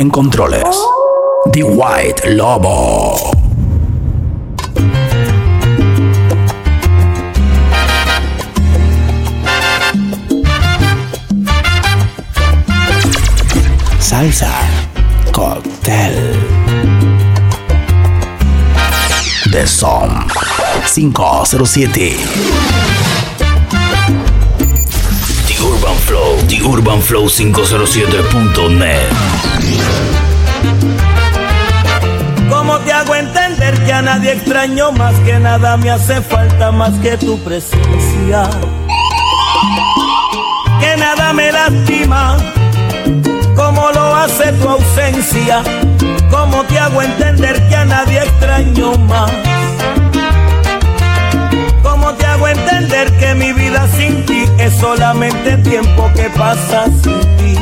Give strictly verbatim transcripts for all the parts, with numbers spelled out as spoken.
En controles, The White Lobo. Salsa Cocktail. The Som cinco cero siete. The Urban Flow, The Urban Flow cinco cero siete punto net. ¿Cómo te hago entender que a nadie extraño más, que nada me hace falta más que tu presencia? Que nada me lastima como lo hace tu ausencia. ¿Cómo te hago entender que a nadie extraño más? ¿Cómo te hago entender que mi vida sin ti es solamente tiempo que pasa sin ti?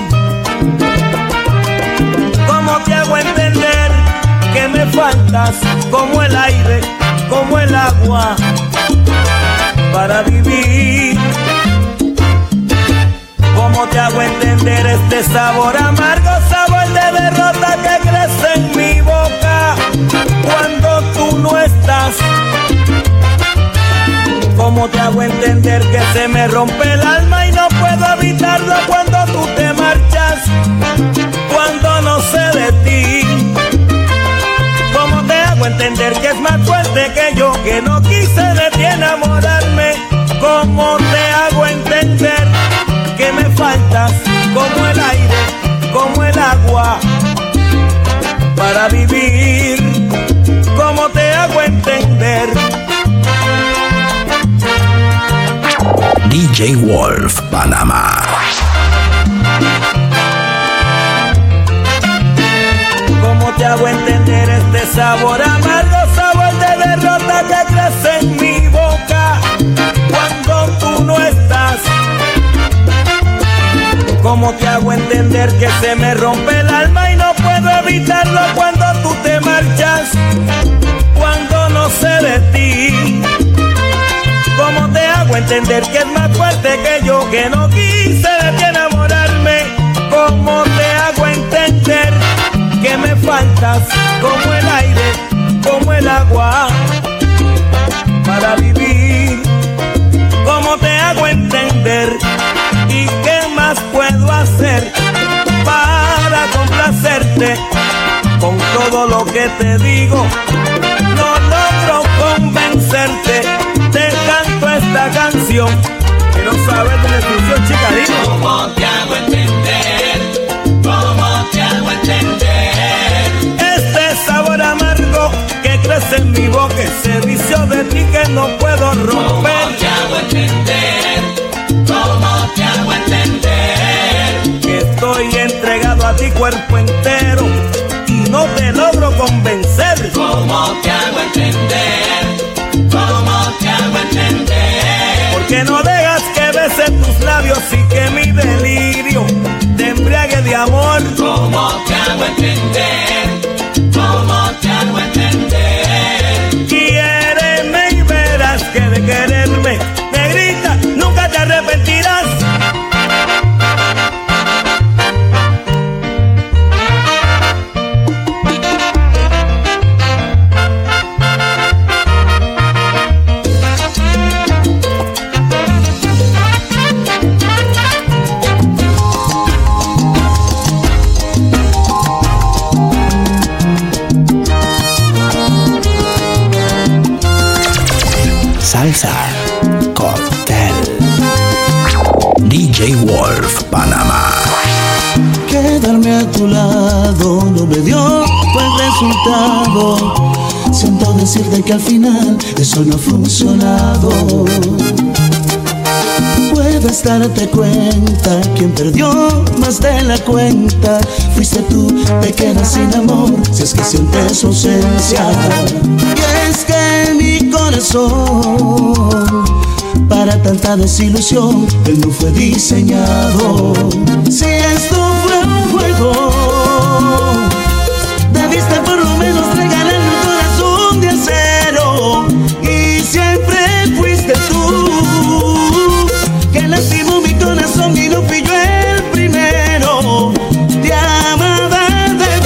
¿Cómo te hago entender que me faltas como el aire, como el agua para vivir? ¿Cómo te hago entender este sabor amargo, sabor de derrota que crece en mi boca cuando tú no estás? ¿Cómo te hago entender que se me rompe el alma y no puedo evitarlo cuando tú te marchas, cuando no sé de ti? ¿Cómo te hago entender que es más fuerte que yo, que no quise de ti enamorarme? ¿Cómo te hago entender que me faltas como el aire, como el agua para vivir? ¿Cómo te hago entender? D J Wolf, Panamá. ¿Cómo te hago entender este sabor amargo, sabor de derrota que crece en mi boca cuando tú no estás? ¿Cómo te hago entender que se me rompe el alma y no puedo evitarlo cuando tú te marchas, cuando no sé de ti? ¿Cómo te hago entender que es más fuerte que yo, que no quise de ti enamorarme? ¿Cómo te hago entender que me faltas como el aire, como el agua para vivir? ¿Cómo te hago entender? ¿Y qué más puedo hacer para complacerte con todo lo que te digo? No logro convencerte, te canto esta canción que no sabes de la descripción, chica. ¿Cómo te hago entender? ¿Cómo te hago entender? Este sabor amargo que crece en mi boca, ese vicio de ti que no puedo romper. ¿Cómo te hago entender? ¿Cómo te hago entender? Que estoy entregado a ti cuerpo entero y no te logro convencer. ¿Cómo te hago entender? ¿Cómo te hago entender? Porque no dejas que bese tus labios y que mi delirio te embriague de amor. ¿Cómo te hago entender? ¿Cómo te hago entender? Quiéreme y verás que de quererme, negrita, nunca te arrepentirás. Salsa Cocktail. D J Wolf, Panamá. Quedarme a tu lado no me dio buen resultado. Siento decirte que al final eso no ha funcionado. Puedes darte cuenta, quien perdió más de la cuenta fuiste tú, te quedas sin amor si es que sientes su ausencia. Y es que mi corazón para tanta desilusión él no fue diseñado. Si esto fue un juego, debiste por lo menos regalarme un corazón de acero. Y siempre fuiste tú que lastimó mi corazón y no fui yo el primero. Te amaba de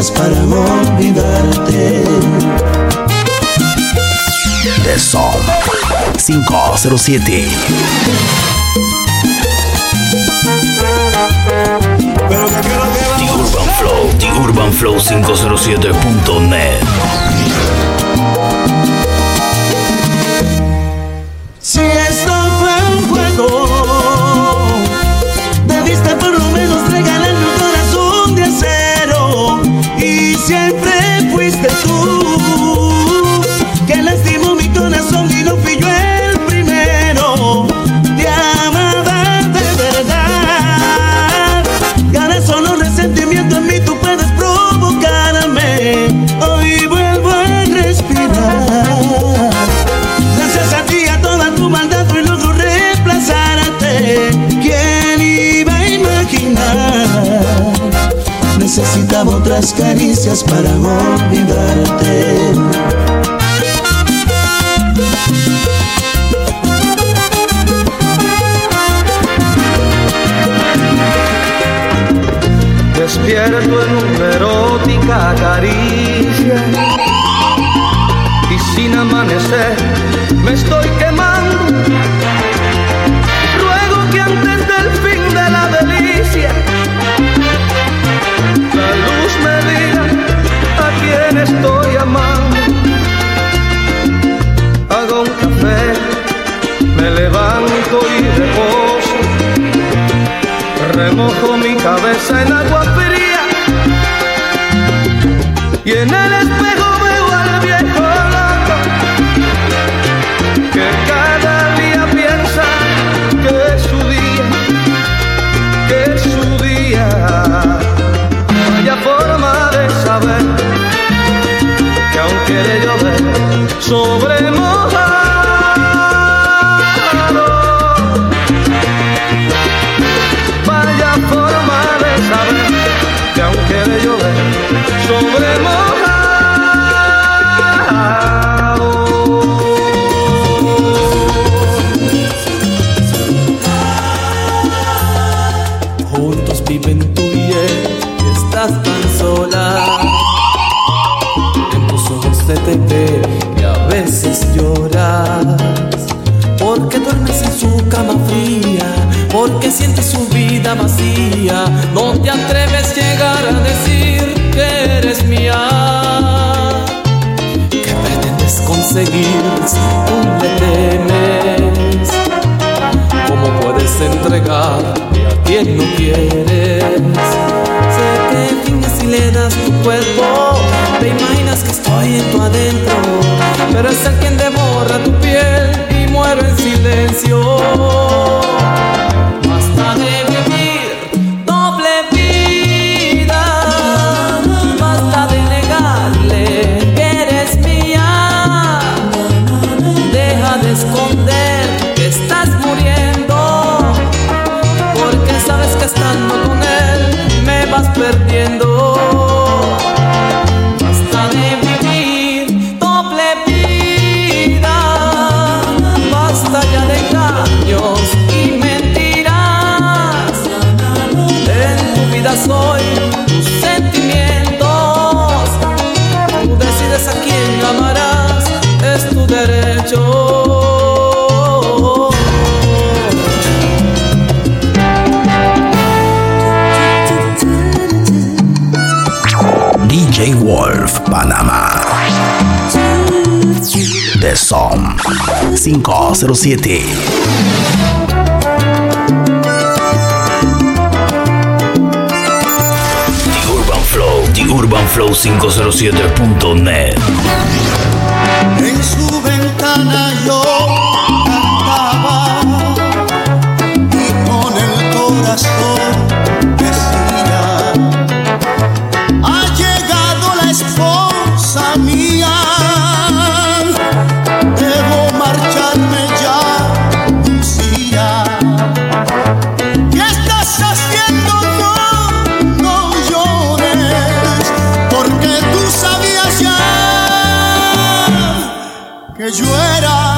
caricias para olvidarte. The Som cinco cero siete. The Urban Flow, The Urban Flow cinco cero siete punto net. Si esto fue un juego, debiste por lo menos regalarme un corazón de acero. Y siempre fuiste tú que lastimó mi corazón y no fui yo el primero. Te amaba de verdad, y ahora solo resentimiento en mí tú puedes provocarme. Hoy vuelvo a respirar, gracias a ti, a toda tu maldad hoy logro reemplazarte. ¿Quién iba a imaginar? Necesitaba otras caricias para olvidarte. Despierto en una erótica caricia y sin amanecer me estoy quemando. Ruego que antes del fin de la delicia la luz me diga a quién estoy amando. Hago un café, me levanto y reposo, remojo mi cabeza en agua fría y en el espejo veo al viejo loco que cada día piensa que es su día, que es su día. Vaya forma de saber que aún quiere llover sobre mojado. Vaya forma de saber que aún quiere llover sobre mojado. Juntos viven tú y él, y estás tan sola. En tus ojos se te ve y a veces lloras, porque duermes en su cama fría, porque sientes su vida vacía. No te atreves a llegar a decir que eres mía. ¿Qué pretendes conseguir si tú le temes? ¿Cómo puedes entregarme a quien no quieres? Sé que finges y le das tu cuerpo, te imaginas que estoy en tu adentro, pero es el quien devora tu piel y muero en silencio. Basta de vivir doble vida, basta de negarle que eres mía. Deja de esconder que estás muriendo, porque sabes que estando con él me vas perdiendo. Basta de vivir doble vida, basta ya de engaños y mentiras. En tu vida soy tus sentimientos, tú decides a quién amarás, es tu derecho. D J Wolf, Panamá. The Som cinco cero siete. The Urban Flow, The Urban Flow cinco cero siete punto net. En su ventana yo cantaba y con el corazón decía: ha llegado la esposa mía, debo marcharme ya, Lucía. ¿Qué estás haciendo? No, no llores, porque tú sabías ya que yo era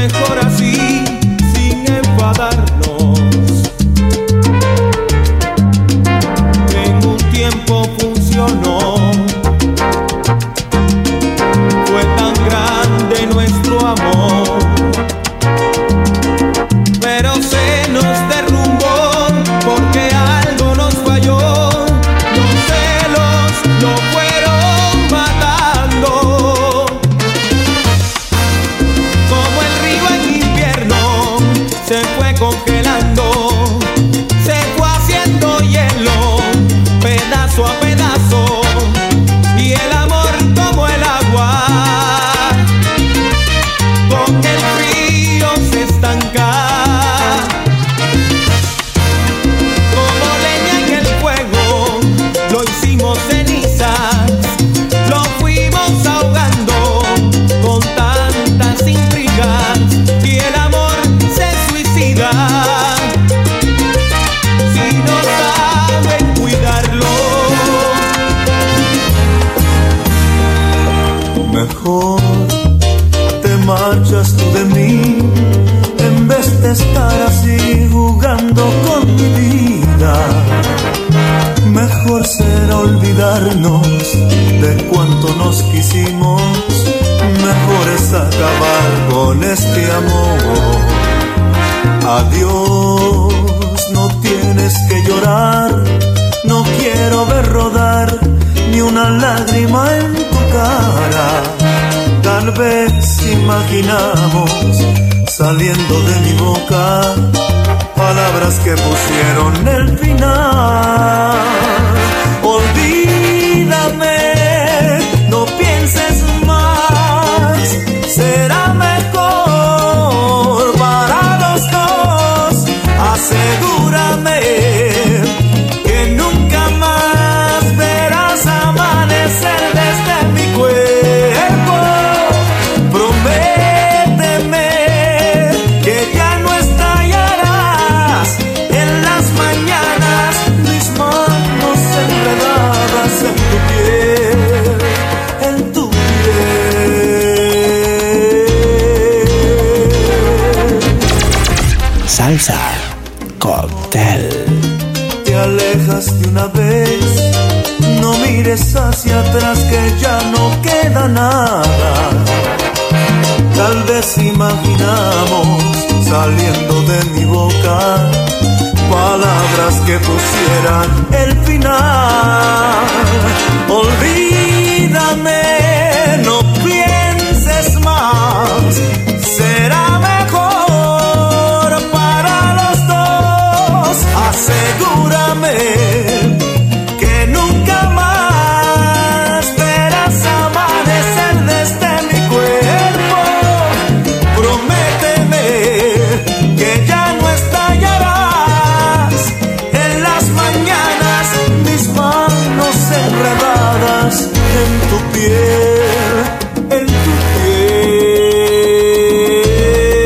mejor así, sin enfadarnos. En un tiempo funcionó. Fue tan grande nuestro amor, pero se nos derrumbó porque algo nos falló. Los celos lo fueron matando. Como el río en invierno se fue congelando, se fue haciendo hielo, pedazo a pedazo, y el amor como el agua, con el frío se estanca. Como leña en el fuego, lo hicimos cenizas, lo fuimos ahogando con tantas intrigas, y el amor se suicida si no saben cuidarlo. Mejor te marchas tú de mí en vez de estar así jugando con mi vida. Mejor será olvidarnos de cuánto nos quisimos. Mejor es acabar con este amor. Adiós, no tienes que llorar. No quiero ver rodar ni una lágrima en tu cara. Tal vez imaginamos saliendo de mi boca palabras que pusieron el final. Olvídame, no pienses más, será mejor para los dos. Asegúrame que nunca más verás amanecer desde mi cuerpo. Prométeme que ya no estallarás en las mañanas, mis manos enredadas en tu piel, en tu piel. Salsa Cóctel. Te alejas de una vez, no mires hacia atrás que ya no queda nada. Tal vez imaginamos saliendo de mi boca palabras que pusieran el final. Olvídame, no pienses más, será mejor para los dos. Asegúrame que nunca más verás amanecer desde mi cuerpo. Prométeme que ya no estallarás en las mañanas, mis manos enredadas en tu piel, en tu piel.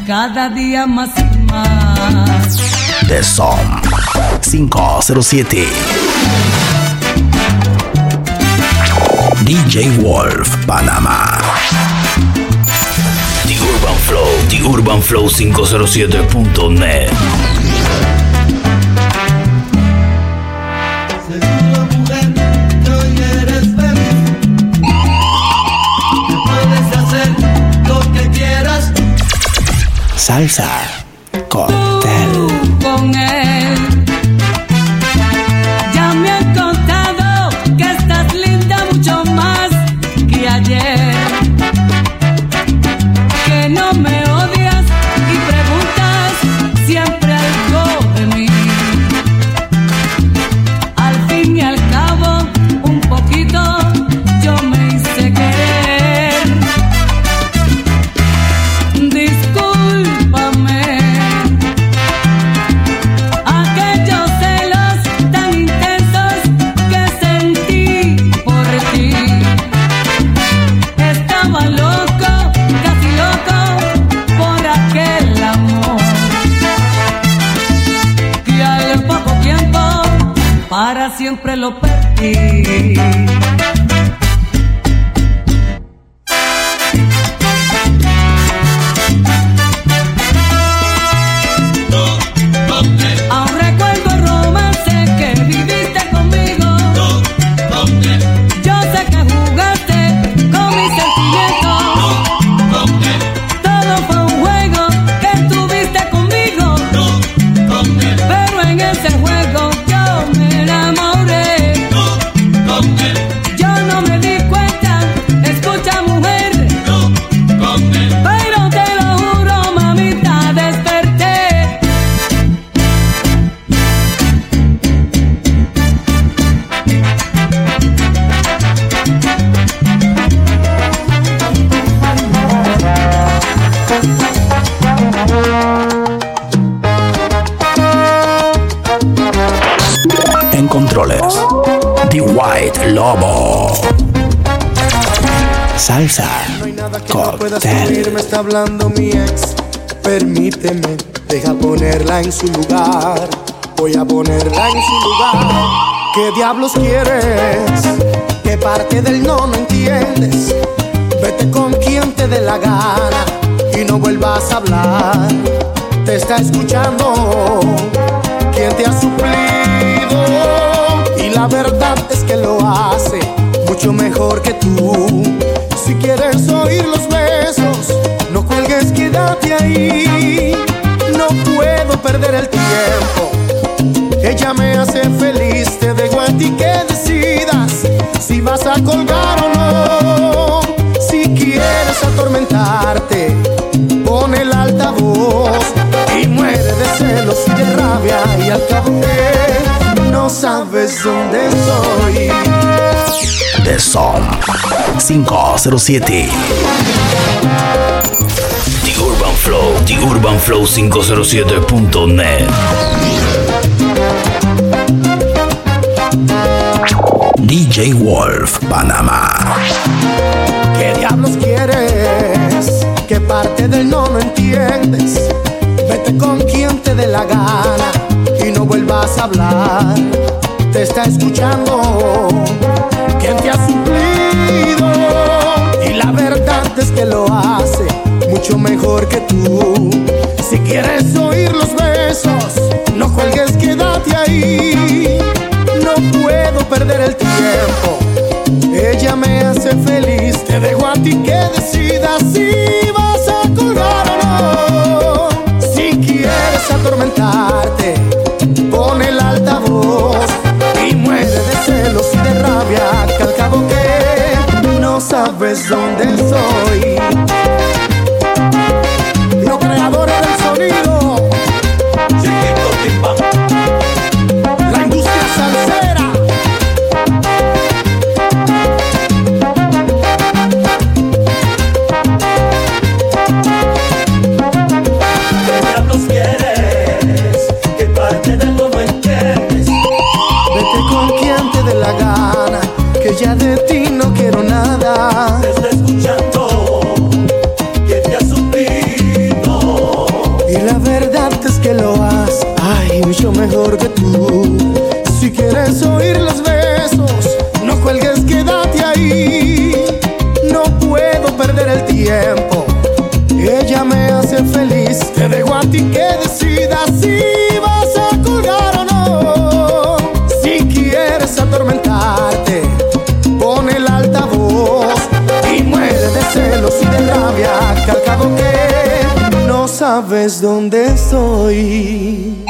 cada día más y más. The Som cinco cero siete. D J Wolf, Panamá. The Urban Flow, The Urban Flow cinco cero siete punto net. Seguro, mujer, que hoy eres feliz. Puedes hacer lo que quieras. Salsa Cóctel. Tú con él ya me han contado que estás linda mucho más que ayer, que no me odias y preguntas siempre algo de mí. Al fin y al cabo, un poquito yo me hice querer. Discúlpame aquellos celos tan intensos que sentí por ti. Estaba loco, casi loco, por aquel amor que al poco tiempo para siempre lo perdí. Aún recuerdo el romance que viviste conmigo. Yo sé que jugaste con mis sentimientos. Todo fue un juego que tuviste conmigo. Pero en ese juego yo me enamoré. Yo no me di cuenta, escucha mujer, pero te lo juro, mamita, desperté. En controles, The White Lobo. Salsa No hay nada que no pueda Cóctel. subir, me está hablando mi ex. Permíteme, deja ponerla en su lugar. Voy a ponerla en su lugar. ¿Qué diablos quieres? ¿Qué parte del no no entiendes? Vete con quien te dé la gana y no vuelvas a hablar. Te está escuchando quien te ha suplido, y la verdad es que lo hace mucho mejor que tú. Si quieres oír los besos, no cuelgues, quédate ahí. No puedo perder el tiempo, ella me hace feliz. Te dejo a ti que decidas si vas a colgar o no. Si quieres atormentarte, pon el altavoz y muere de celos y de rabia, y al cabo que no sabes dónde estoy. The Som cinco cero siete. The Urban Flow, The Urban Flow cinco cero siete punto net. D J Wolf, Panamá. ¿Qué diablos quieres? ¿Qué parte del no no entiendes? Vete con quien te dé la gana y no vuelvas a hablar. Te está escuchando quien te ha suplido, y la verdad es que lo hace mucho mejor que tú. Si quieres oír los besos, no cuelgues, quédate ahí. No puedo perder el tiempo, ella me hace feliz. Te dejo a ti que decidas si vas a colgar o no. Si quieres atormentarte, pon el altavoz y muere de celos y de rabia, que al cabo que no sabes dónde estoy. Los creadores del sonido, la industria salsera. ¿Qué diablos quieres? ¿Qué parte del no no entiendes? Vete con quien te dé la gana, que ya de ti no quiero nada. Te está escuchando tiempo. Ella me hace feliz. Te dejo a ti que decidas si vas a colgar o no. Si quieres atormentarte, pon el altavoz y muere de celos y de rabia, que al cabo que no sabes dónde estoy.